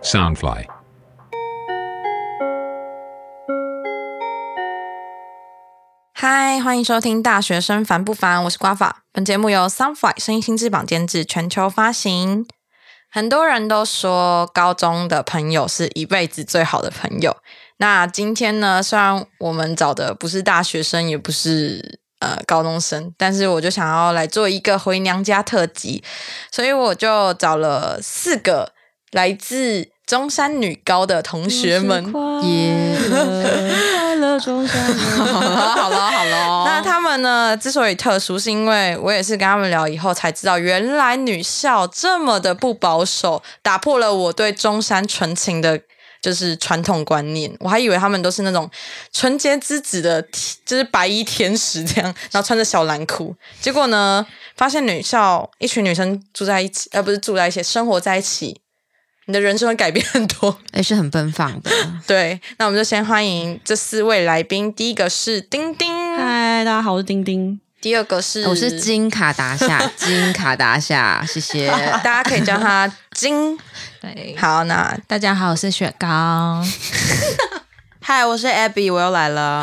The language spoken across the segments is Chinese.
Soundfly。 嗨，欢迎收听大学生烦不烦？我是瓜法。本节目由 Soundfly 声音新翅膀监制，全球发行。很多人都说高中的朋友是一辈子最好的朋友。那今天呢，虽然我们找的不是大学生，也不是高中生，但是我就想要来做一个回娘家特辑，所以我就找了4个来自中山女高的同学们。 快乐中山好了，那他们呢之所以特殊，是因为我也是跟他们聊以后才知道，原来女校这么的不保守，打破了我对中山纯情的就是传统观念。我还以为他们都是那种纯洁之子的，就是白衣天使这样，然后穿着小蓝裤。结果呢，发现女校一群女生住在一起，不是住在一起，生活在一起，你的人生会改变很多， 是很奔放的。 对，那我们就先欢迎这4位来宾。第一个是丁丁， 嗨，大家好，我是丁丁。 第二个是我是金卡达夏，金卡达夏，谢谢。 大家可以叫他金。 对， 好，那大家好，我是雪糕。 嗨，我是 Abby， 我又来了。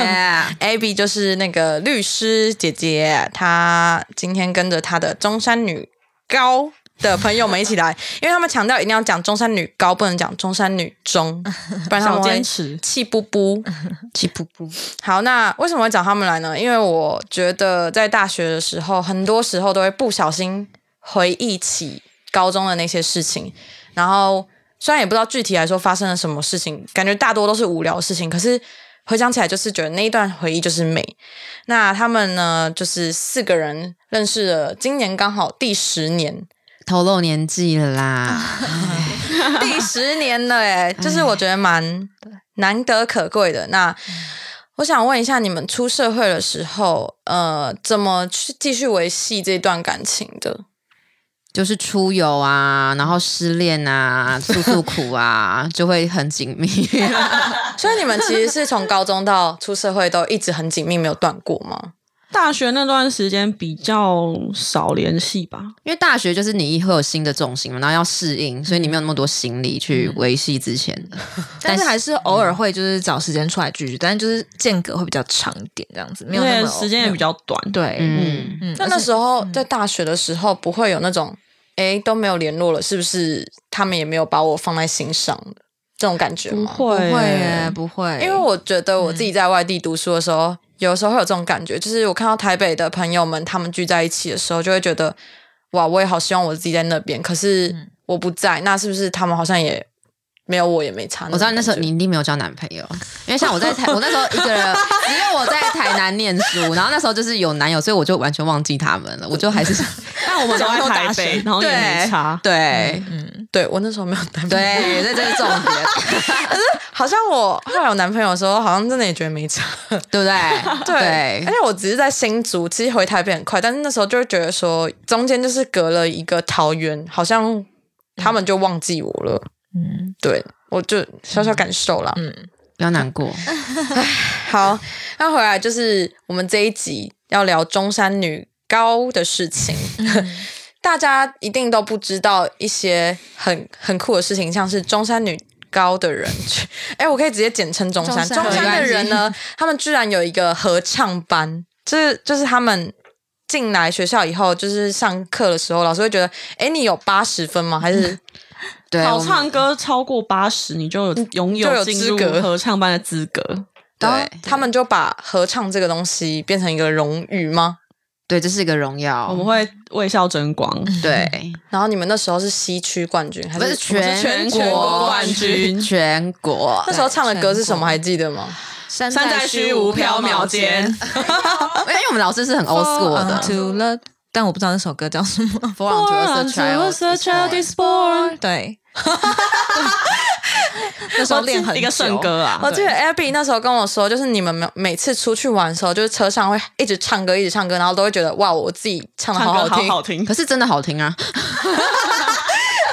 Abby 就是那个律师姐姐，她今天跟着她的中山女高的朋友们一起来，因为他们强调一定要讲中山女高，不能讲中山女中，不然他们会气不不。好，那为什么会找他们来呢？因为我觉得在大学的时候，很多时候都会不小心回忆起高中的那些事情，然后虽然也不知道具体来说发生了什么事情，感觉大多都是无聊的事情，可是回想起来就是觉得那一段回忆就是美。那他们呢，就是4个人认识了，今年刚好第10年。 透露年纪了啦。 第10年了耶，就是我觉得蛮难得可贵的。那我想问一下，你们出社会的时候怎么去继续维系这段感情的？ 就是出游啊，然后失恋啊，诉苦啊，就会很紧密。 所以你们其实是从高中到出社会都一直很紧密，没有断过吗？ 大学那段时间比较少联系吧， 因为大学就是你会有新的重心嘛，然后要适应，所以你没有那么多心力去维系之前的。 但是还是偶尔会就是找时间出来聚聚，但是就是间隔会比较长一点，这样子没有那么时间也比较短。 对， 那时候在大学的时候，不会有那种都没有联络了，是不是他们也没有把我放在心上的这种感觉吗？ 不会， 因为我觉得我自己在外地读书的时候。有时候会有这种感觉，就是我看到台北的朋友们他们聚在一起的时候，就会觉得哇，我也好希望我自己在那边，可是我不在，那是不是他们好像也没有我也没差？ 我知道那时候你一定没有交男朋友，因为像我在我那时候一个人，只有我在台南念书，然后那时候就是有男友，所以我就完全忘记他们了，我就还是但我们都在台北，然后也没差。 对，我那时候没有男朋友， 对，这是重点。 可是好像我后来有男朋友的时候，好像真的也觉得没差， 对不对？ 对，而且我只是在新竹，其实回台北很快，但是那时候就会觉得说，中间就是隔了一个桃园，好像他们就忘记我了。对，我就小小感受啦。 不要难过。 好，那回来就是我们这一集要聊中山女高的事情。大家一定都不知道一些很酷的事情，像是中山女高的人，我可以直接简称中山。中山的人呢，他们居然有一个合唱班，就是他们进来学校以后，就是上课的时候，老师会觉得，你有80分吗？还是对， 好唱歌超过80，你就拥有进入合唱班的资格。 对，他们就把合唱这个东西变成一个荣誉吗？ 对，这是一个荣耀， 我们会为校争光。 对， 然后你们那时候是西区冠军还是全国冠军？ 全国。 那时候唱的歌是什么？还记得吗？ 山在虚无缥缈间。 因为我们老师是很 old school 的， 但我不知道那首歌叫什么。 For unto a child is born。 对。那时候练很久一个圣歌啊！ 我记得 Abby 那时候跟我说，就是你们每次出去玩的时候，就是车上会一直唱歌，然后都会觉得哇，我自己唱的好听， 可是真的好听啊！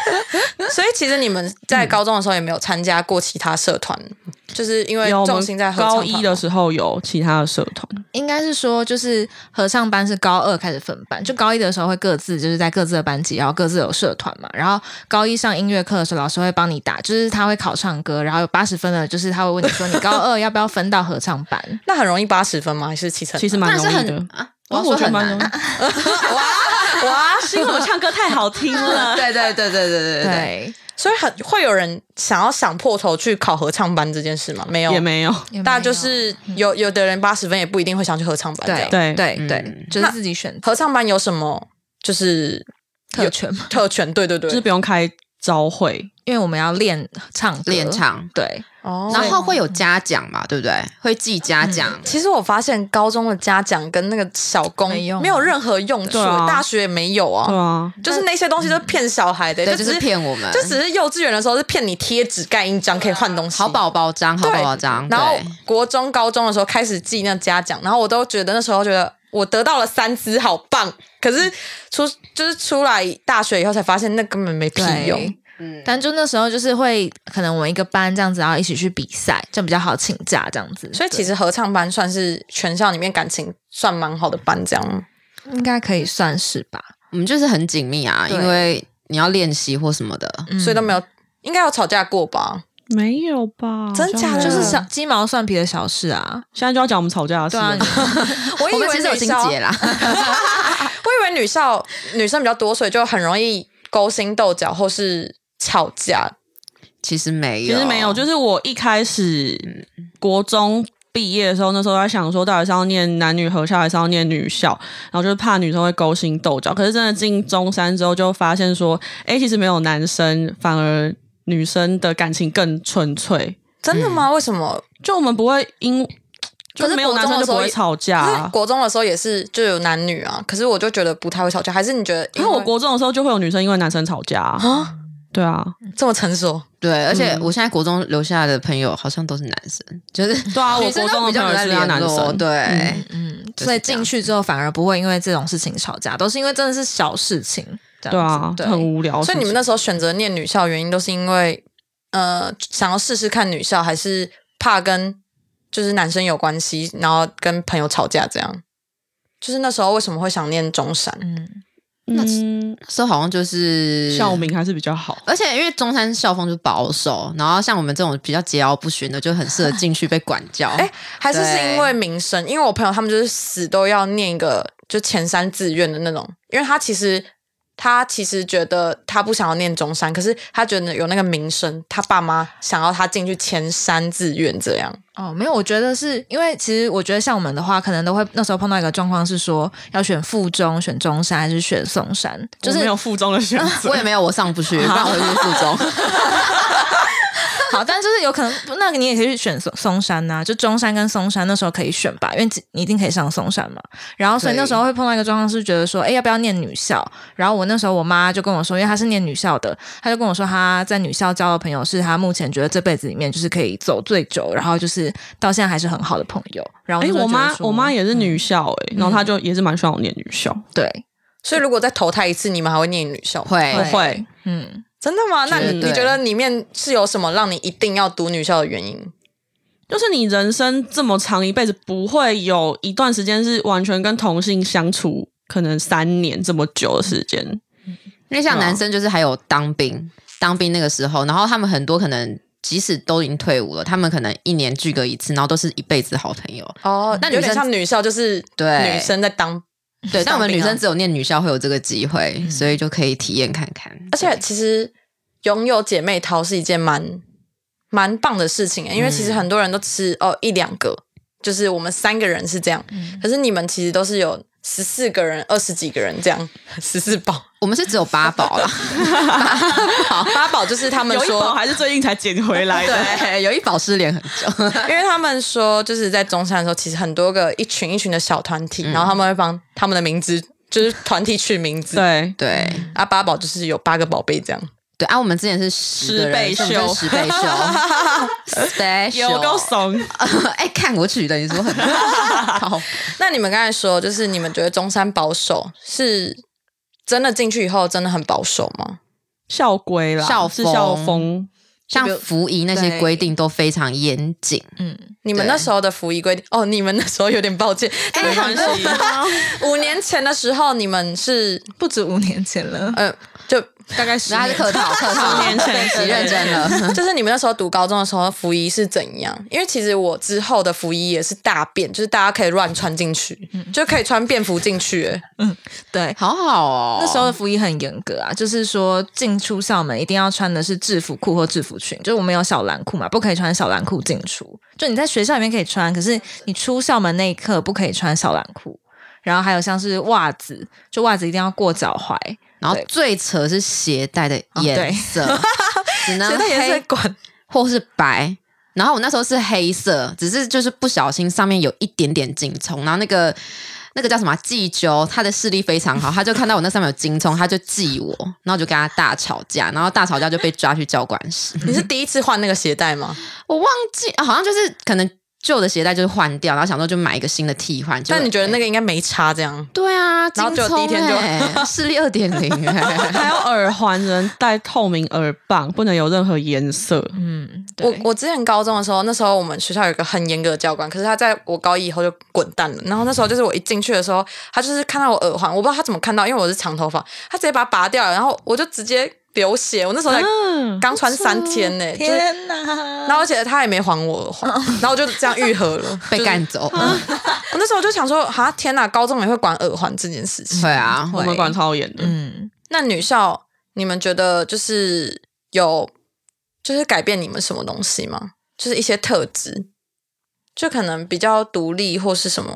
所以其实你们在高中的时候也没有参加过其他社团，就是因为重心在合唱团。 高一的时候有其他的社团， 应该是说，就是合唱班是高2开始分班，就高一的时候会各自就是在各自的班级，然后各自有社团嘛。然后高一上音乐课的时候，老师会帮你打，就是他会考唱歌，然后有80分的，就是他会问你说你高2要不要分到合唱班？ 那很容易80分吗？还是70？ 其实蛮容易的。 我觉得蛮容易。 哇，是因为我唱歌太好听了。 对， 所以会有人想要想破头去考合唱班这件事吗？没有， 也没有。 大家就是有的人80分也不一定会想去合唱班。 对，就是自己选择。 合唱班有什么就是特权吗？ 特权，对， 就是不用开朝会， 因为我们要练唱，对。 然后会有嘉奖嘛，对不对？会记嘉奖。 其实我发现高中的嘉奖跟那个小工没有任何用处，大学也没有啊。 对啊， 就是那些东西都是骗小孩的， 对，就是骗我们。 就只是幼稚园的时候是骗你贴纸盖印章可以换东西， 好宝宝章。 然后国中、高中的时候开始记那嘉奖，然后我都觉得那时候觉得我得到了3支，好棒。可是出来大学以后才发现那根本没屁用。 但就那时候就是会可能我们一个班这样子，然后一起去比赛，就比较好请假这样子。 所以其实合唱班算是全校里面感情算蛮好的班，这样应该可以算是吧。 我们就是很紧密啊，因为你要练习或什么的， 所以都没有，应该有吵架过吧？ 没有吧？ 真假的？ 就是鸡毛蒜皮的小事啊。 现在就要讲我们吵架的事了。 我以为其实有心结啦。 我以为女生比较多，所以就很容易勾心斗角或是吵架。 其实没有， 就是我一开始国中毕业的时候，那时候在想说，到底是要念男女合校还是要念女校，然后就是怕女生会勾心斗角。可是真的进中山之后，就发现说，其实没有男生，反而女生的感情更纯粹。 真的吗？为什么？ 就我们不会就是没有男生就不会吵架啊。 国中的时候也是就有男女啊，可是我就觉得不太会吵架。还是你觉得？ 因为我国中的时候就会有女生因为男生吵架啊。对啊， 这么成熟。 对，而且我现在国中留下来的朋友好像都是男生，就是对啊，我国中的朋友是男生， 对， 所以进去之后反而不会因为这种事情吵架，都是因为真的是小事情。 对啊，很无聊。 所以你们那时候选择念女校，原因都是因为想要试试看女校，还是怕跟就是男生有关系，然后跟朋友吵架这样？就是那时候为什么会想念中山？ 那时候好像就是校名还是比较好， 而且因为中山校风就保守，然后像我们这种比较桀骜不驯的，就很适合进去被管教。 还是因为名声？因为我朋友他们就是死都要念一个就前3志愿的那种，因为他其实觉得他不想要念中山，可是他觉得有那个名声，他爸妈想要他进去前3志愿这样。 没有，我觉得是因为其实我觉得像我们的话，可能都会那时候碰到一个状况是说要选附中、选中山还是选松山，就是没有附中的选择。 我也没有，我上不去，不然我就去附中。 好，但就是有可能，那你也可以去选松山啊，就中山跟松山那时候可以选吧，因为你一定可以上松山嘛。然后所以那时候会碰到一个状况是觉得说，要不要念女校？然后我那时候我妈就跟我说，因为她是念女校的，她就跟我说她在女校交的朋友是她目前觉得这辈子里面就是可以走最久，然后就是到现在还是很好的朋友。然后我妈也是女校然后她就也是蛮希望我念女校。 对， 所以如果再投胎一次，你们还会念女校？ 会， 真的吗？那你觉得里面是有什么让你一定要读女校的原因？ 就是你人生这么长一辈子，不会有一段时间是完全跟同性相处，可能3年这么久的时间。 因为像男生就是还有当兵那个时候，然后他们很多可能即使都已经退伍了，他们可能1年聚个一次，然后都是一辈子好朋友。 那有点像女校，就是女生在当。 对，但我们女生只有念女校会有这个机会，所以就可以体验看看。 而且其实拥有姐妹淘是一件蛮棒的事情因为其实很多人都只是1-2个，就是我们3个人是这样，可是你们其实都是有14个人、20几个人这样14宝。 我们是只有8宝啦 8宝就是他们说有一宝还是最近才捡回来的， 对，有一宝失联很久。 因为他们说就是在中山的时候，其实很多个一群一群的小团体，然后他们会帮他们的名字就是团体取名字。 对 8宝就是有8个宝贝这样。 对我们之前是10倍秀，10倍秀，special 有够怂。 看我取的，你说很好。 那你们刚才说，就是你们觉得中山保守是真的进去以后真的很保守吗？ 校规啦， 校是校风。 像服仪那些规定都非常严谨。 你们那时候的服仪规定哦，你们那时候有点抱歉， 没关系 5年前的时候，你们是不止5年前了， 就大概10年。 他是客套 10年前起认真了。 就是你们那时候读高中的时候，服仪是怎样？因为其实我之后的服仪也是大变，就是大家可以乱穿进去，就可以穿便服进去。 对， 好好哦。 那时候的服仪很严格啊，就是说进出校门一定要穿的是制服裤或制服裙，就是我们有小蓝裤嘛，不可以穿小蓝裤进出。就你在学校里面可以穿，可是你出校门那一刻不可以穿小蓝裤。然后还有像是袜子，就袜子一定要过脚踝。 然后最扯是鞋带的颜色，只能鞋带颜色黑管或是白。然后我那时候是黑色，只是就是不小心上面有一点点金葱，然后那个叫什么记揪，他的视力非常好，他就看到我那上面有金葱，他就记我，然后我就跟他大吵架，然后大吵架就被抓去教官室。 你是第一次换那个鞋带吗？ 我忘记，好像就是可能旧的鞋带就是换掉，然后想说就买一个新的替换。 但你觉得那个应该没差这样？ 对啊， 然后就第一天就视力2.0， 还有耳环人戴透明耳棒，不能有任何颜色。 我之前高中的时候，那时候我们学校有一个很严格的教官，可是他在我高一以后就滚蛋了。然后那时候就是我一进去的时候，他就是看到我耳环，我不知道他怎么看到，因为我是长头发，他直接把它拔掉了，然后我就直接流血。我那时候才刚穿3天呢、 天哪！ 然后而且他也没还我耳环，然后我就这样愈合了， 被赶走。 我那时候就想说，哈天哪，高中也会管耳环这件事情。 对啊， 我们管超严的。 那女校你们觉得就是就是改变你们什么东西吗？就是一些特质，就可能比较独立或是什么？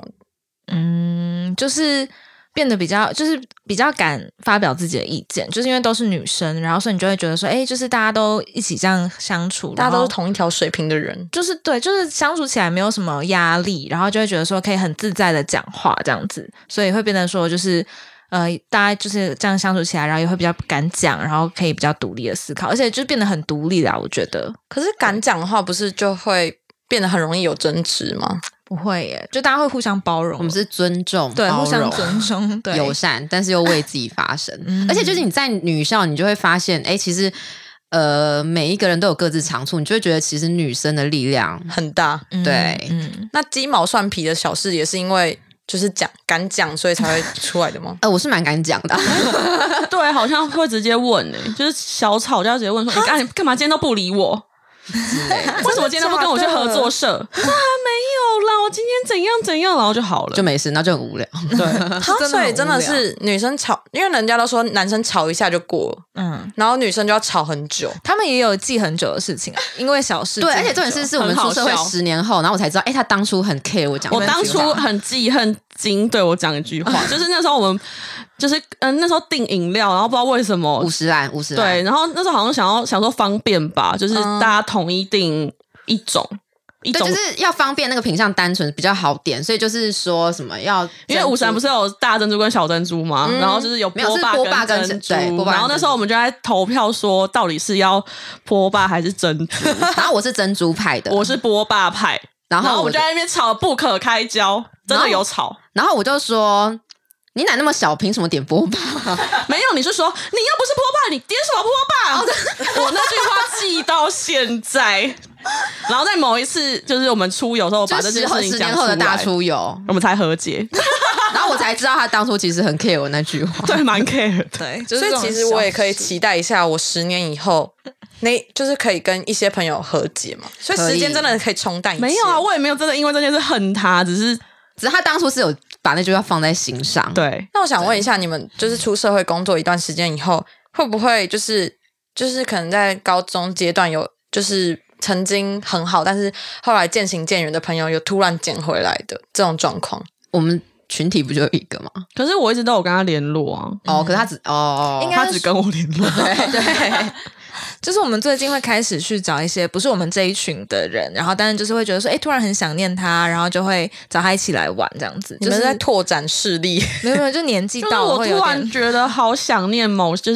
就是变得比较敢发表自己的意见，就是因为都是女生，然后所以你就会觉得说，就是大家都一起这样相处， 大家都是同一条水平的人， 就是对，就是相处起来没有什么压力，然后就会觉得说可以很自在的讲话这样子，所以会变得说就是大家就是这样相处起来，然后也会比较敢讲，然后可以比较独立的思考，而且就变得很独立啦，我觉得。 可是敢讲的话，不是就会变得很容易有争执吗？ 不会耶，就大家会互相包容， 我们是尊重、 对， 包容互相尊重，对， 友善，但是又为自己发声。而且就是你在女校，你就会发现，其实每一个人都有各自长处，你就会觉得其实女生的力量很大。 对， 那鸡毛蒜皮的小事也是因为就是敢讲，所以才会出来的吗？ 我是蛮敢讲的。 对，好像会直接问就是小吵架直接问说，你干嘛今天都不理我？为什么今天都不跟我去合作社？没有啦，我今天怎样怎样，然后就好了， 就没事，那就很无聊。 对， 所以真的是女生吵，因为人家都说男生吵一下就过了，然后女生就要吵很久。 他们也有记很久的事情啊，因为小事。 对，而且重点是我们出社会10年后，然后我才知道，他当初很 care 我讲。 我当初很记恨金对我讲一句话，就是那时候我们就是那时候订饮料，然后不知道为什么 50兰， 对，然后那时候好像想说方便吧，就是大家统一订一种。 对，就是要方便那个品相单纯比较好点，所以就是说什么要， 因为53兰不是有大珍珠跟小珍珠吗？然后就是有波霸跟珍珠，然后那时候我们就在投票说到底是要波霸还是珍珠， 然后我是珍珠派的， 我是波霸派，然后我们就在那边吵不可开交，真的有吵， 然后我就说。你奶那么小，凭什么点波霸？ 没有，你是说你又不是波霸，你点什么波霸？我那句话记到现在。然后在某一次，就是我们出游的时候，把这件事情 10年后的大出游， 我们才和解。 然后我才知道他当初其实很 care 我那句话， 对，蛮 care 的。 对， 所以其实我也可以期待一下，我10年以后。就是可以跟一些朋友和解嘛，所以时间真的可以冲淡一切。 没有啊，我也没有真的因为这件事恨他，只是他当初是有把那句话放在心上。 对， 那我想问一下，你们就是出社会工作一段时间以后，会不会就是可能在高中阶段有就是曾经很好，但是后来渐行渐远的朋友有突然捡回来的这种状况？ 我们群体不就有一个吗？ 可是我一直都有跟他联络啊。 可是他他只跟我联络。 对。 就是我们最近会开始去找一些不是我们这一群的人，然后但是就是会觉得说，突然很想念他，然后就会找他一起来玩这样子。 你们在拓展势力？ 没有，就年纪到了， 我突然觉得好想念就是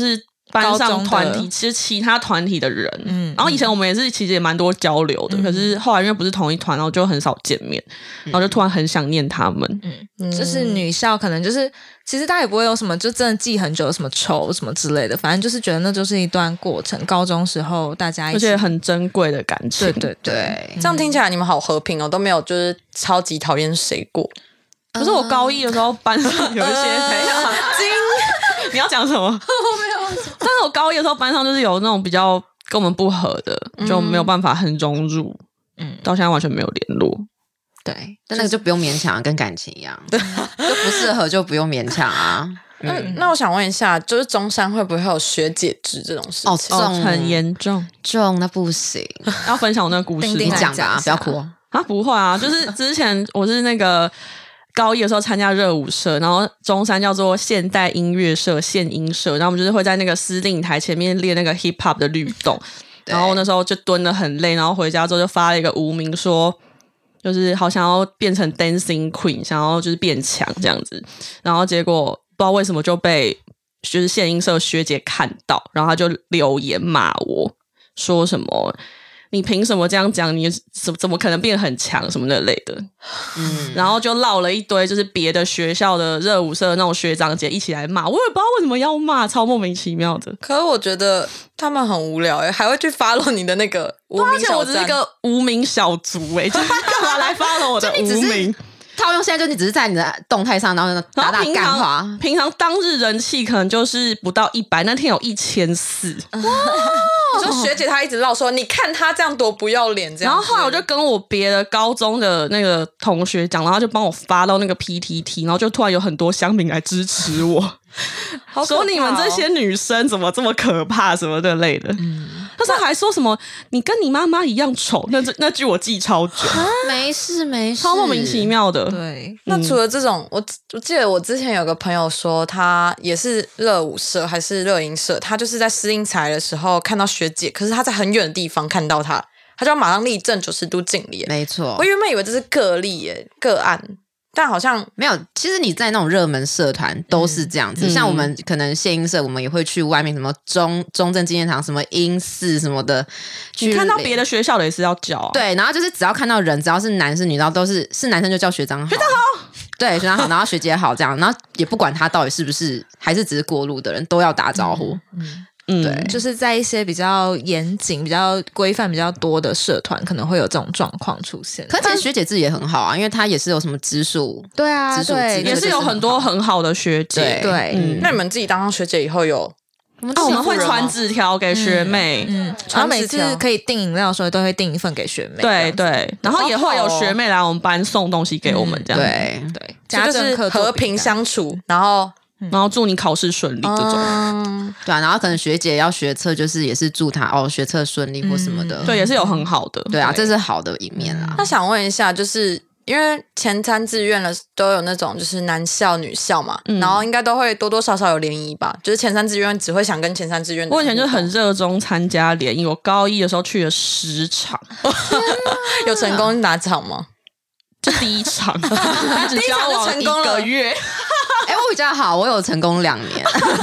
班上高中的团体，其实其他团体的人，然后以前我们也是其实也蛮多交流的，可是后来因为不是同一团，然后就很少见面，然后就突然很想念他们。 就是女校可能就是其实大家也不会有什么就真的记很久什么仇什么之类的，反正就是觉得那就是一段过程，高中时候大家一起， 而且很珍贵的感情。 对对对， 对， 这样听起来你们好和平哦，都没有就是超级讨厌谁过。 可是我高一的时候班上有一些你要讲什么？我没有。但是我高一的时候班上就是有那种比较跟我们不合的，就没有办法很融入，到现在完全没有联络。 对，但那个就不用勉强，跟感情一样，就不适合就不用勉强啊。 那我想问一下，就是中山会不会有学姐制这种事情？ 重很严重， 重那不行。 要分享我那个故事吗， 丁丁你讲吧， 讲一下不要哭哦。 啊，不会啊，就是之前我是那个高一的时候参加热舞社，然后中山叫做现代音乐社、现音社，然后我们就是会在那个司令台前面练那个 hip hop 的律动，然后那时候就蹲得很累，然后回家之后就发了一个无名说，就是好想要变成 dancing queen， 想要就是变强这样子，然后结果不知道为什么就被就是现音社学姐看到，然后他就留言骂我说什么。你凭什么这样讲？你怎么可能变很强什么那类的？然后就唠了一堆，就是别的学校的热舞社的那种学长姐一起来骂，我也不知道为什么要骂，超莫名其妙的。 可是我觉得他们很无聊还会去 follow 你的那个无名而且小站。 我只是一个无名小卒就是干嘛来 follow 我的无名？ 套用现在就你只是在你的动态上，然后打打干话。 平常当日人气可能就是不到100，那天有1400。 你说学姐她一直唠说，你看她这样多不要脸，这样。 然后后来我就跟我别的高中的那个同学讲，然后他就帮我发到那个 PTT， 然后就突然有很多乡民来支持我， 好可怕哦说你们这些女生怎么这么可怕什么的类的。那时候还说什么你跟你妈妈一样丑，那句我记超久， 没事没事， 超莫名其妙的。 对， 那除了这种，我记得我之前有个朋友说，他也是热舞社还是热音社，他就是在司令台的时候看到学姐，可是他在很远的地方看到她，他就要马上立正90度敬礼。 没错我，原本以为这是个例耶，个案，但好像没有。其实你在那种热门社团都是这样子，像我们可能谢音社，我们也会去外面什么中正纪念堂、什么音寺什么的， 你看到别的学校的也是要叫啊。 对，然后就是只要看到人，只要是男是女，然后都是男生就叫学长好，学长好，对，学长好，然后学姐好这样，然后也不管他到底是不是还是只是过路的人，都要打招呼。对， 就是在一些比较严谨、比较规范比较多的社团，可能会有这种状况出现。 可是其实学姐制也很好啊，因为她也是有什么直属， 对啊， 直属对， 制也是有很多很好的学姐。 对， 那你们自己当上学姐以后有我们会传纸条给学妹， 然后每次可以订饮料的时候，都会订一份给学妹。 对对，然后也会有学妹来我们班送东西给我们，这样对， 对， 就是和平相处，然后祝你考试顺利这种。 对啊，然后可能学姐要学测，就是也是祝她学测顺利或什么的。 对，也是有很好的。 对啊，这是好的一面啦。 那想问一下，就是因为前3志愿了都有那种就是男校女校嘛，然后应该都会多多少少有联谊吧，就是前3志愿只会想跟前3志愿的人互动。 我以前就很热衷参加联谊，我高一的时候去了10场， 有成功哪场吗？ 就第一场，他只交往1个月。 哎，我比较好，我有成功2年。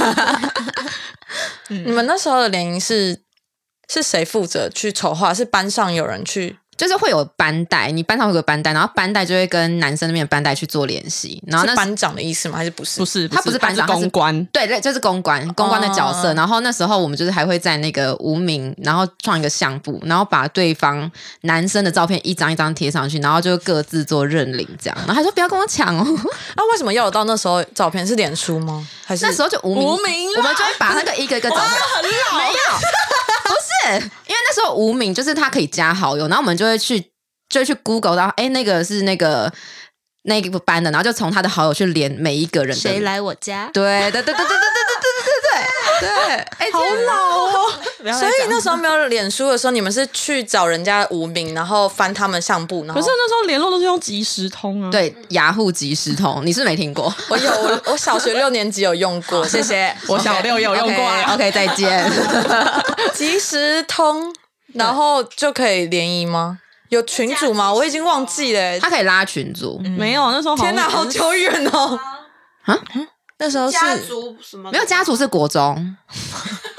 你们那时候的联谊是谁负责去筹划？是班上有人去？ 就是会有班带，你班上会有个班带，然后班带就会跟男生那边的班带去做联系，然后那是班长的意思吗？还是不是？ 他不是班长， 他是公关。 对，就是公关的角色。然后那时候我们就是还会在那个无名，然后创一个相簿，然后把对方男生的照片一张一张贴上去，然后就各自做认领这样。然后他说不要跟我抢哦。 那为什么要有到那时候照片？是脸书吗？还是那时候就无名，我们就会把那个一个一个照片，没有，不是，因为那时候无名就是他可以加好友，然后我们就会去 Google 到，哎，那个是那个班的，然后就从他的好友去连每一个人的。 谁来我家？ 对，哎， 好老哦！所以那时候没有脸书的时候，你们是去找人家的无名，然后翻他们相簿，然后可是那时候联络都是用即时通啊。 对，雅虎即时通，你是没听过？ 我有，我小学6年级有用过，谢谢。 我小6有用过啊。 OK， 再见。 即时通，然后就可以联谊吗？有群组吗？我已经忘记了。 他可以拉群组， 没有，那时候好像天哪，好久远哦！ 那时候是族什么？ 没有家族是国中，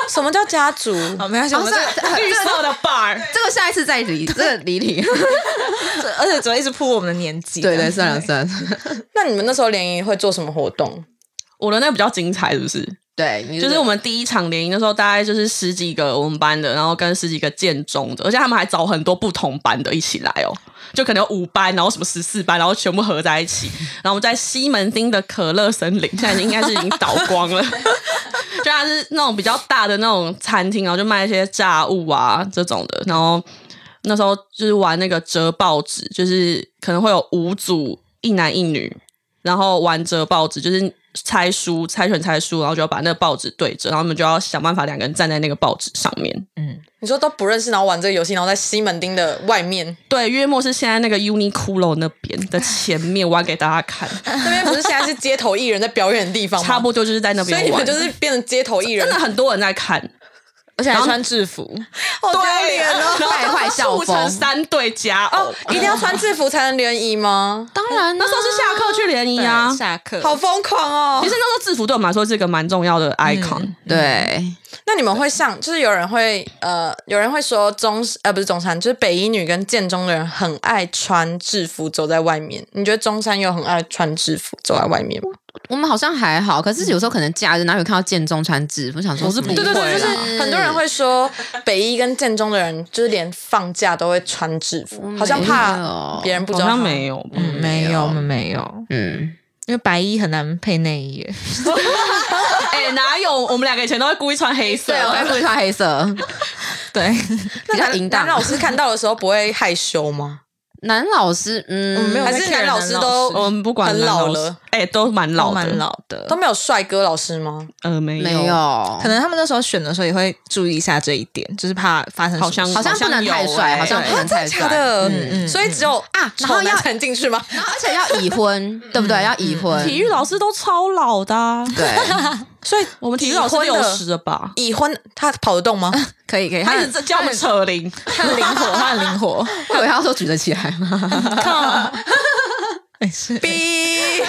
什么叫家族？ 好，没关系，我们这个绿色的 bar， 这个下一次再理，这个理理。 而且只会一直扑我们的年纪。 对对，算了算了。 那你们那时候联谊会做什么活动？ 我的那个比较精彩，是不是？ 对， 就是我们第一场联谊的时候，大概就是10几个我们班的，然后跟10几个建中的，而且他们还找很多不同班的一起来哦，就可能有5班，然后什么14班，然后全部合在一起。然后我们在西门町的可乐森林，现在应该是已经倒光了，就它是那种比较大的那种餐厅，然后就卖一些炸物啊这种的。然后那时候就是玩那个折报纸，就是可能会有5组1男1女，然后玩折报纸，就是猜书，猜拳猜书，然后就要把那个报纸对折，然后我们就要想办法2个人站在那个报纸上面。 你说都不认识，然后玩这个游戏，然后在西门町的外面， 对，约莫是现在那个 Uniqlo 那边的前面玩给大家看， 那边不是现在是街头艺人在表演的地方吗？ 差不多就是在那边玩， 所以你们就是变成街头艺人， 真的很多人在看， 而且还穿制服。 好丢脸哦！ 然后败坏校促成风。 3对加偶。 一定要穿制服才能联谊吗？ 当然啊， 那时候是下课去联谊啊对，下课好疯狂哦其！实那时候制服对我们来说是一个蛮重要的 icon。 对， 那你们会上，就是有人会说不是中山，就是北一女跟建中的人很爱穿制服走在外面。你觉得中山有很爱穿制服走在外面吗？ 我们好像还好，可是有时候可能假日哪有看到建中穿制服，我想说我是不对对对，就是会啦很多人会说北一跟建中的人，就是连放假都会穿制服，好像怕别人不知道。 好像没有， 没有，我们没有， 嗯， 因为白衣很难配内衣耶。 哪有？我们2个以前都会故意穿黑色， 对，我会故意穿黑色， 对， 比较淫荡。 男老师看到的时候不会害羞吗？ 男老师， 没有还是男老师都我们不管很男老师老了， 都蛮老的， 蛮老的都。没有帅哥老师吗？ 没没有， 可能他们那时候选的时候也会注意一下这一点，就是怕发生什么事好像不能太帅，好像不能太帅。 假的，所以只有啊然后要丑男才能进去吗？ 然后而且要已婚，对不对？要已婚。 体育老师都超老的啊， 对， 所以我们体育老师60了吧？ 已婚他跑得动吗？ 可以， 他一直叫我们扯铃， 他很灵活，他很灵活。 我以为他说举得起来吗？ 没事， 逼，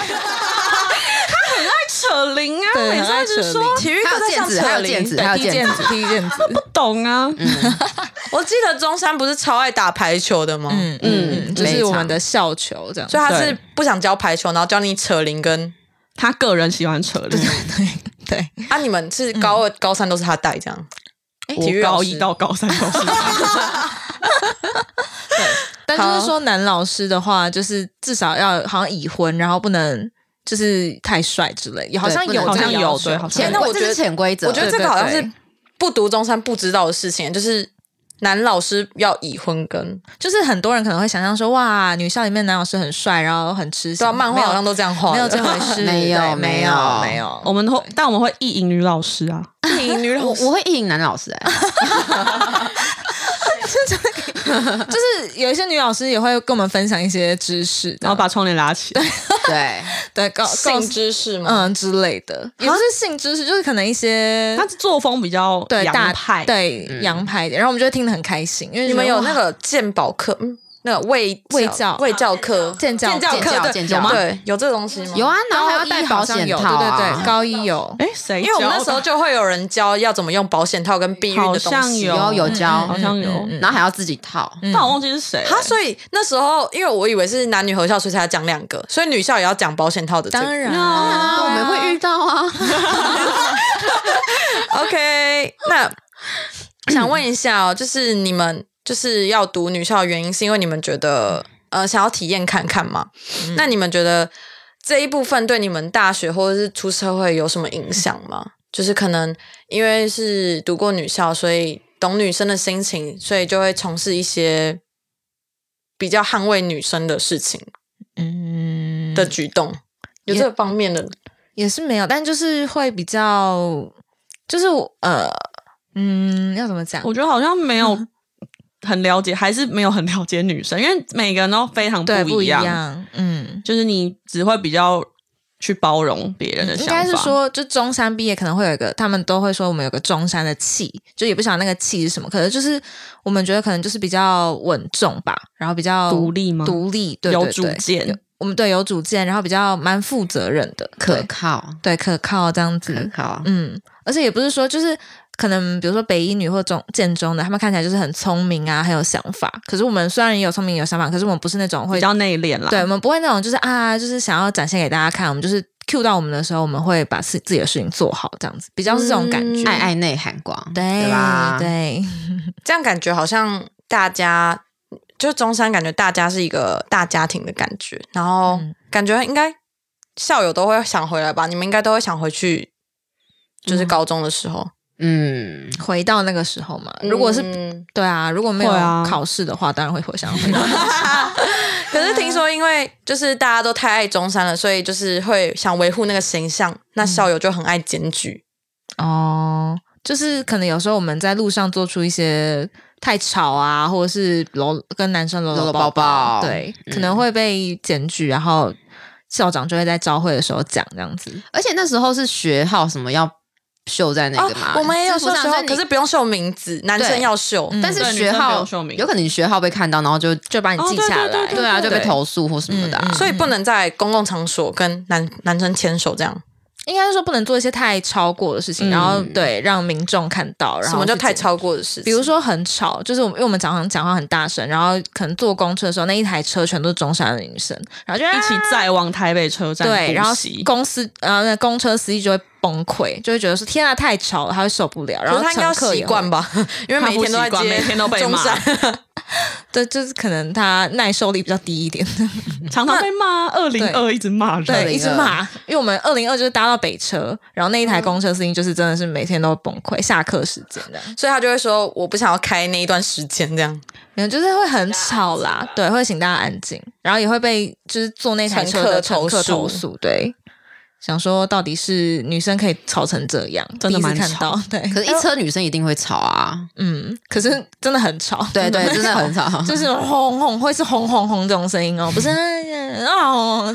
扯铃啊， 对每次一直说体育还有剑子， 课在上扯铃还有剑子，还有踢毽剑子。 子，踢毽子。 不懂啊， 我记得中山不是超爱打排球的吗？ 就是我们的校球这样。 所以他是对不想教排球，然后教你扯铃跟他个人喜欢扯铃， 对， 啊，你们是高2、高3都是他带这样？体育我高老师 1到高3都是他。 但就是说男老师的话，就是至少要好像已婚，然后不能就是太帅之类，好像有不能这样要求好像有对好像有那我觉得这是潜规则。 我觉得这个好像是对不读中山不知道的事情，就是男老师要已婚跟就是很多人可能会想象说，哇，女校里面男老师很帅，然后很吃香， 对啊，漫画好像都这样画的， 没有这回事， 没有对没有没有。 但我们会意淫女老师啊， 女老师我会意淫男老师就是有一些女老师也会跟我们分享一些知识， 然后把窗帘拉起来。 对， 对告性知识吗？ 之类的，也不是性知识，就是可能一些他作风比较对洋派， 对洋派一点，然后我们就会听得很开心，因为你们有那个个鉴宝课，那个卫教课、 建教课， 建教对，有这个东西吗？ 有啊，然后还要高一戴保好像有， 险套啊， 对对对，高一有， 谁教的？ 因为我们那时候就会有人教要怎么用保险套跟避孕的东西。 好像有有教， 好像有， 然后还要自己套。 但我忘记是谁了。 他所以那时候，因为我以为是男女合校，所以才讲2个，所以女校也要讲保险套的、这个。 当然啊，我们会遇到啊。 OK，那想问一下哦，就是你们就是要读女校的原因，是因为你们觉得想要体验看看吗？那你们觉得这一部分对你们大学或者是出社会有什么影响吗？就是可能因为是读过女校，所以懂女生的心情，所以就会从事一些比较捍卫女生的事情的举动，有这个方面的。 也是没有，但就是会比较，就是要怎么讲？ 我觉得好像没有很了解，还是没有很了解女生，因为每个人都非常对不一样。 一样， 就是你只会比较去包容别人的想应法。 该是说，就中山毕业可能会有一个，他们都会说我们有个中山的气，就也不晓得那个气是什么，可能就是我们觉得可能就是比较稳重吧，然后比较独立吗？ 独立，对有对对主见。 我们对有主见，然后比较蛮负责任的， 可靠， 对可靠这样子， 可靠。 而且也不是说就是可能比如说北一女或建中的，他们看起来就是很聪明啊，很有想法。可是我们虽然也有聪明有想法，可是我们不是那种会比较内敛啦。 对，我们不会那种就是想要展现给大家看，我们就是 cue 到我们的时候，我们会把自己的事情做好，这样子比较是这种感觉， 爱爱内涵光， 对吧？ 对， 这样感觉好像大家就是中山，感觉大家是一个大家庭的感觉，然后感觉应该校友都会想回来吧？你们应该都会想回去，就是高中的时候。 回到那个时候嘛。如果是对啊，如果没有考试的话，当然会想回到。 可是听说，因为就是大家都太爱中山了，所以就是会想维护那个形象，那校友就很爱检举。 就是可能有时候我们在路上做出一些太吵啊，或者是跟男生搂抱抱，对，可能会被检举，然后校长就会在朝会的时候讲这样子。 而且那时候是学号什么要绣在那个嘛， 我们也有绣学号，可是不用绣名字，男生要绣， 但是学号有可能你学号被看到，然后就把你记下来， 对啊，就被投诉或什么的， 所以不能在公共场所跟男生牵手这样。 应该是说不能做一些太超过的事情，然后对让民众看到。然后什么叫太超过的事情？ 比如说很吵，就是因为我们早上讲话很大声，然后可能坐公车的时候，那一台车全都是中山的女生，然后就一起载往台北车站。 对，然后那公车司机就会崩溃，就会觉得说天啊太吵了，他会受不了。然后他应该要习惯吧，因为每天都在接， 每天都被骂。 对，就是可能他耐受力比较低一点， 常常被骂。202一直骂人， 对，一直骂。因为我们202就是搭到北车，然后那一台公车司机就是真的是每天都崩溃，下课时间的， 所以他就会说我不想要开那一段时间这样。 就是会很吵啦，对，会请大家安静，然后也会被就是坐那台车的乘客投诉，对。想说到底是女生可以吵成这样， 真的蛮看到，对。 可是，一车女生一定会吵啊， 可是真的很吵， 对对，真的很吵， 就是轰轰，会是轰轰轰这种声音哦，不是是这样。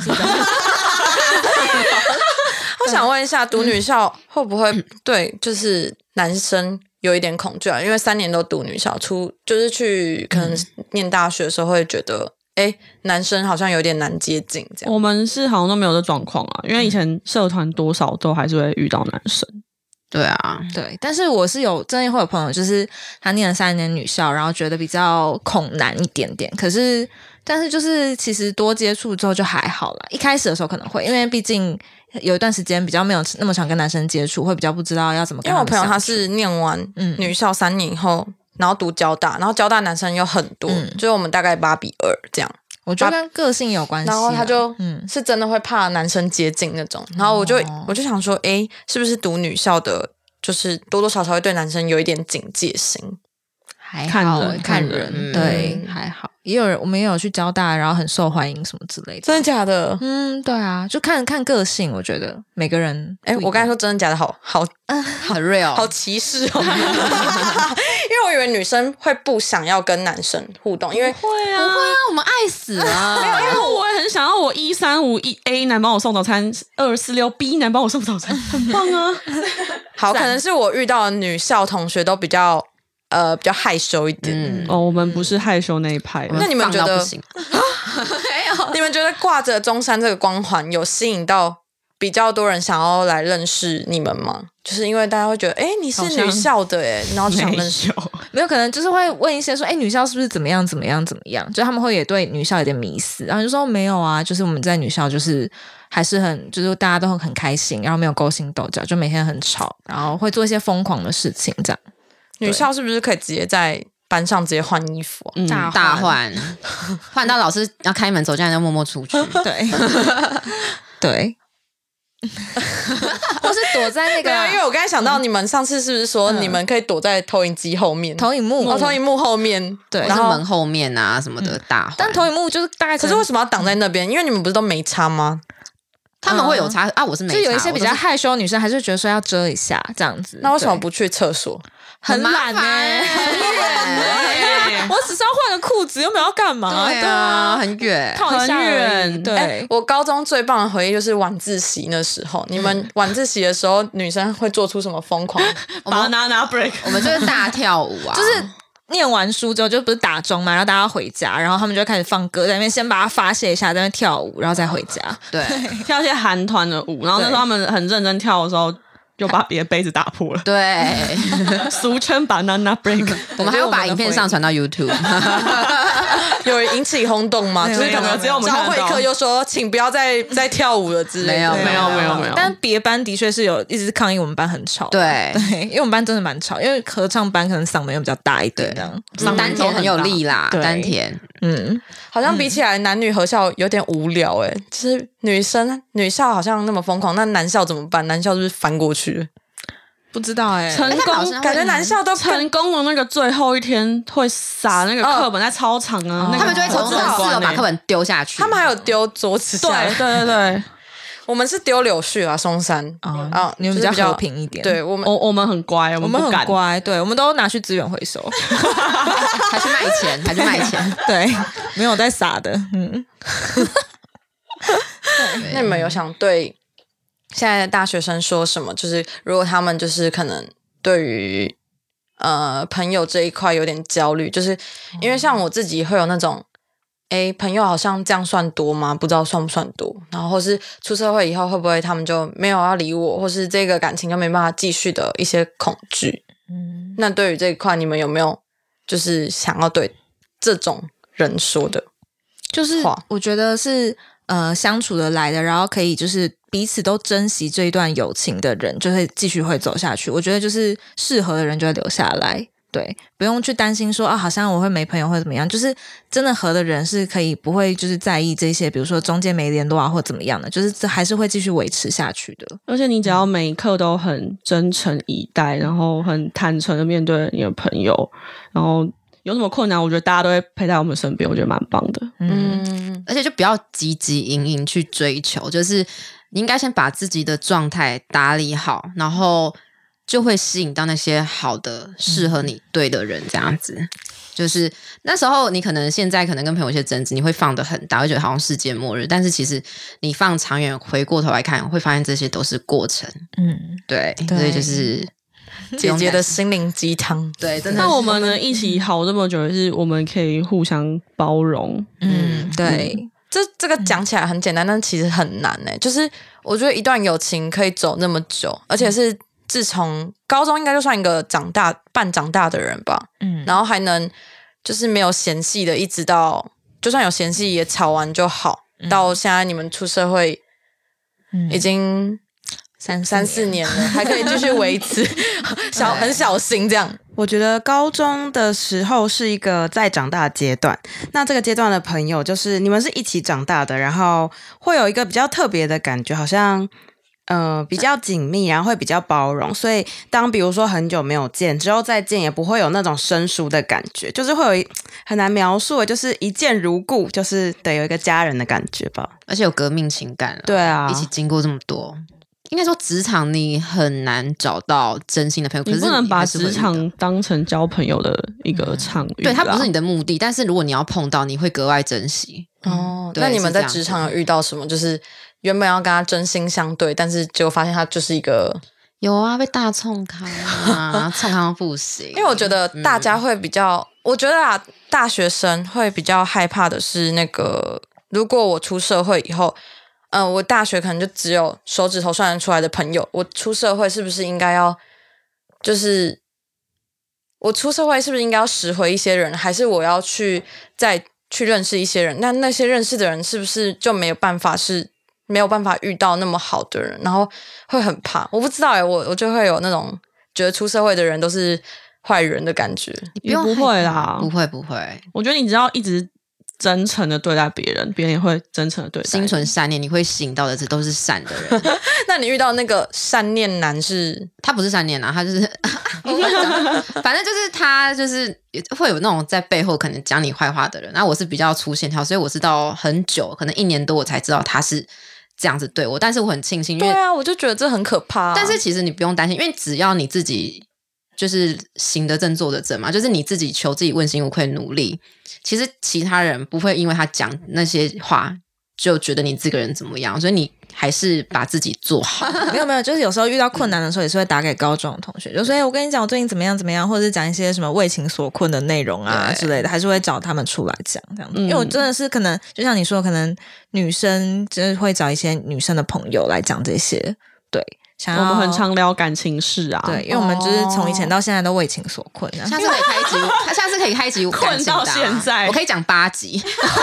我想问一下，读女校会不会对就是男生有一点恐惧啊？因为3年都读女校，就是去可能念大学的时候会觉得。男生好像有点难接近这样。 我们是好像都没有这状况啊，因为以前社团多少都还是会遇到男生。 对啊， 对，但是我是真的会有朋友，就是他念了3年女校，然后觉得比较恐难一点点。但是就是其实多接触之后就还好啦。一开始的时候可能会，因为毕竟有一段时间比较没有那么常跟男生接触，会比较不知道要怎么跟他们相处。 因为我朋友他是念完女校3年以后。然后读交大，然后交大男生有很多，就是我们大概8比2这样。 我觉得跟个性有关系。 然后他就是真的会怕男生接近那种。然后我就想说，是不是读女校的，就是多多少少会对男生有一点警戒心？ 还好，看人，对，还好。我们也有去交大，然后很受欢迎什么之类的。 真的假的？ 对啊，就看个性，我觉得每个人。 我刚才说真的假的， 很 real， 好歧视哦。因为我以为女生会不想要跟男生互动，因为不会啊， 我们爱死了。 因为我也很想要我135 A 男帮我送早餐，246 B 男帮我送早餐，很棒啊。 好，可能是我遇到的女校同学都比较害羞一点。 我们不是害羞那一派。 那你们觉得？ 没有？ 你们觉得挂着中山这个光环有吸引到比较多人想要来认识你们吗？就是因为大家会觉得，你是女校的然后就想认识。 没有，可能就是会问一些说，女校是不是怎么样怎么样怎么样？就他们会也对女校有点迷思，然后就说没有啊，就是我们在女校就是还是就是大家都很开心，然后没有勾心斗角，就每天很吵，然后会做一些疯狂的事情这样。 女校是不是可以直接在班上直接换衣服大换到老师要开门走进来就默默出去。 对对。或是躲在那个因为我刚才想到你们上次是不是说你们可以躲在投影机后面、 投影幕后面， 对， 然后门后面啊什么的大换。 但投影幕就是大概， 可是为什么要挡在那边？因为你们不是都没插吗？ 他们会有插啊，我是没插。 就有一些比较害羞的女生还是觉得说要遮一下这样子。 那为什么不去厕所？ 很懒很远我只是要换个裤子，又没有要干嘛？ 对啊，很远， 很远。对， 我高中最棒的回忆就是晚自习那时候。你们晚自习的时候，女生会做出什么疯狂？ 我们拿 break， 我们就是大跳舞啊， 就是念完书之后就不是打钟嘛，然后大家回家，然后他们就开始放歌在那边，先把它发泄一下，在那边跳舞，然后再回家。 对， 跳一些韩团的舞，然后那时候他们很认真跳的时候。 就把别的杯子打破了， 对， 俗称 banana break。 我们还要把影片上传到 YouTube。 有人引起轰动吗？就是可能只有我们看得到教会课又说，请不要再跳舞了之类的。 没有没有。 但别班的确是有一直抗议我们班很吵。 对， 因为我们班真的蛮吵，因为合唱班可能嗓门又比较大一点，这样丹田很有力啦， 对丹田。 好像比起来男女合校有点无聊就是女校好像那么疯狂，那男校怎么办？男校是不是翻过去？ 不知道成功感觉男校都成功的那个最后一天会撒那个课本在操场啊， 他们就会从4楼把课本丢下去。 他们还有丢桌子下来。 对， 我们是丢柳絮啊，松山你们比较和平一点。 对我们很乖， 我们很乖，对，我们都拿去资源回收， 还去卖钱， 对，没有在撒的。 那你们有想对现在的大学生说什么？就是如果他们就是可能对于朋友这一块有点焦虑，就是因为像我自己会有那种朋友好像这样算多吗？不知道算不算多，然后或是出社会以后会不会他们就没有要理我，或是这个感情就没办法继续的一些恐惧。那对于这一块你们有没有就是想要对这种人说的？ 就是我觉得是相处得来的，然后可以就是彼此都珍惜这一段友情的人，就会继续会走下去。我觉得就是适合的人就会留下来，对，不用去担心说好像我会没朋友或怎么样，就是真的合的人是可以不会就是在意这些，比如说中间没联络啊或怎么样的，就是还是会继续维持下去的。 而且你只要每一刻都很真诚以待，然后很坦诚的面对你的朋友，然后有什么困难，我觉得大家都会陪在我们身边，我觉得蛮棒的。 而且就不要汲汲营营去追求，就是你应该先把自己的状态打理好，然后就会吸引到那些好的适合你对的人，这样子。就是那时候你可能现在可能跟朋友一些争执，你会放得很大，会觉得好像世界末日，但是其实你放长远回过头来看，会发现这些都是过程。对，所以就是姐姐的心灵鸡汤。 对，真的。 那我们呢一起好这么久，是我们可以互相包容。 对。 这个讲起来很简单，但其实很难就是我觉得一段友情可以走那么久，而且是自从高中应该就算一个半长大的人吧，然后还能就是没有嫌隙的，一直到就算有嫌隙也吵完就好，到现在你们出社会，已经3-4年了，还可以继续维持，很小心这样。 我觉得高中的时候是一个在长大的阶段，那这个阶段的朋友就是你们是一起长大的，然后会有一个比较特别的感觉，好像比较紧密，然后会比较包容，所以当比如说很久没有见之后再见，也不会有那种生疏的感觉，就是会有很难描述的，就是一见如故，就是得有一个家人的感觉吧， 而且有革命情感。 对啊， 一起经过这么多。应该说职场你很难找到真心的朋友，可是你不能把职场当成交朋友的一个场域， 对，它不是你的目的，但是如果你要碰到，你会格外珍惜。 那你们在职场有遇到什么就是原本要跟他真心相对，但是结果发现他就是一个有啊，被大冲康啊，冲康不行。 因为我觉得大家会比较，我觉得大学生会比较害怕的是那个，如果我出社会以后。我大学可能就只有手指头算得出来的朋友，我出社会是不是应该要，就是我出社会是不是应该要拾回一些人，还是我要再去认识一些人？那些认识的人是不是就没有办法遇到那么好的人，然后会很怕？我不知道我就会有那种觉得出社会的人都是坏人的感觉。 也不会啦， 不会。 我觉得你只要一直真诚的对待别人，别人也会真诚的对待你。 心存善念，你会吸引到的这都是善的人。 那你遇到那个善念男他不是善念啊，他就是反正就是他就是会有那种在背后可能讲你坏话的人。那我是比较粗线条，所以我是到很久，可能1年多我才知道他是这样子对我。但是我很庆幸，因为对啊，我就觉得这很可怕但是其实你不用担心，因为只要你自己就是行得正坐得正嘛，就是你自己求自己问心无愧努力，其实其他人不会因为他讲那些话就觉得你这个人怎么样，所以你还是把自己做好。 没有，就是有时候遇到困难的时候也是会打给高中的同学，就说我跟你讲我最近怎么样，或者是讲一些什么为情所困的内容啊之类的，还是会找他们出来讲这样子。因为我真的是可能就像你说，可能女生就是会找一些女生的朋友来讲这些，对， 想要我们很常聊感情事啊， 对，因为我们就是从以前到现在都为情所困啊。 下次可以开一集，他下次可以开一集感情的啊困到现在我可以讲8集。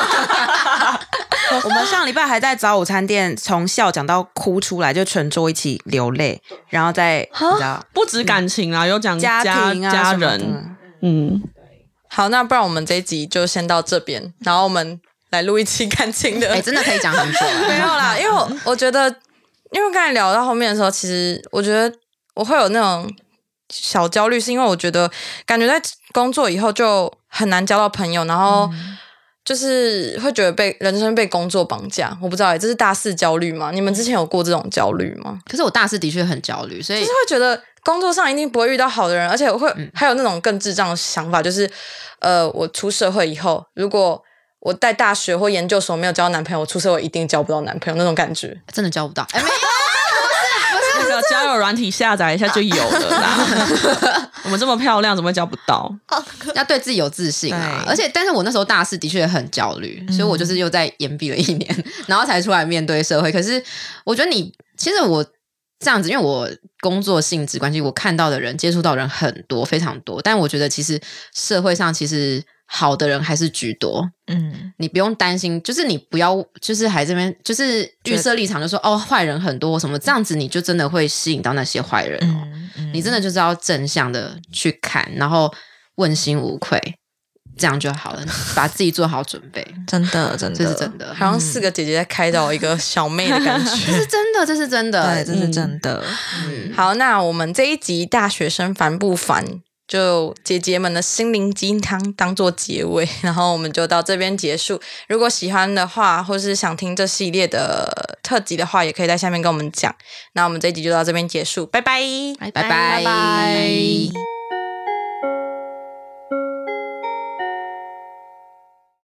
我们上礼拜还在早午餐店从笑讲到哭出来，就全桌一起流泪，然后再你知道不止感情啊，有讲家庭啊家什么的人，嗯， 好，那不然我们这一集就先到这边，然后我们来录一期感情的。 真的可以讲很久。 没有啦，因为我觉得，因为刚才聊到后面的时候，其实我觉得我会有那种小焦虑，是因为我觉得感觉在工作以后就很难交到朋友，然后就是会觉得人生被工作绑架。我不知道这是大四焦虑吗？你们之前有过这种焦虑吗？ 可是我大四的确很焦虑，所以就是会觉得工作上一定不会遇到好的人，而且我会还有那种更智障的想法，就是我出社会以后，如果我在大学或研究所没有交男朋友，我出社会一定交不到男朋友那种感觉。 真的交不到。没有， 那个交友软体下载一下就有了啦。我们这么漂亮，怎么会交不到？ 要对自己有自信啊！ 对而且，但是我那时候大四的确很焦虑，所以我就是又在延毕了1年，然后才出来面对社会。可是，我觉得其实我这样子，因为我工作性质关系，我看到的人、接触到的人很多，非常多。但我觉得，其实社会上其实好的人还是居多。你不用担心，就是你不要，就是还这边就是预设立场，就说哦，坏人很多什么，这样子你就真的会吸引到那些坏人哦。你真的就是要正向的去看，然后问心无愧，这样就好了。把自己做好准备， 真的，真的， 这是真的。 好像4个姐姐在开导一个小妹的感觉。 这是真的，这是真的， 对，这是真的。 好，那我们这一集大学生烦不烦？就姐姐们的心灵鸡汤当做结尾，然后我们就到这边结束。如果喜欢的话，或是想听这系列的特辑的话，也可以在下面跟我们讲。那我们这一集就到这边结束，拜拜， 拜拜。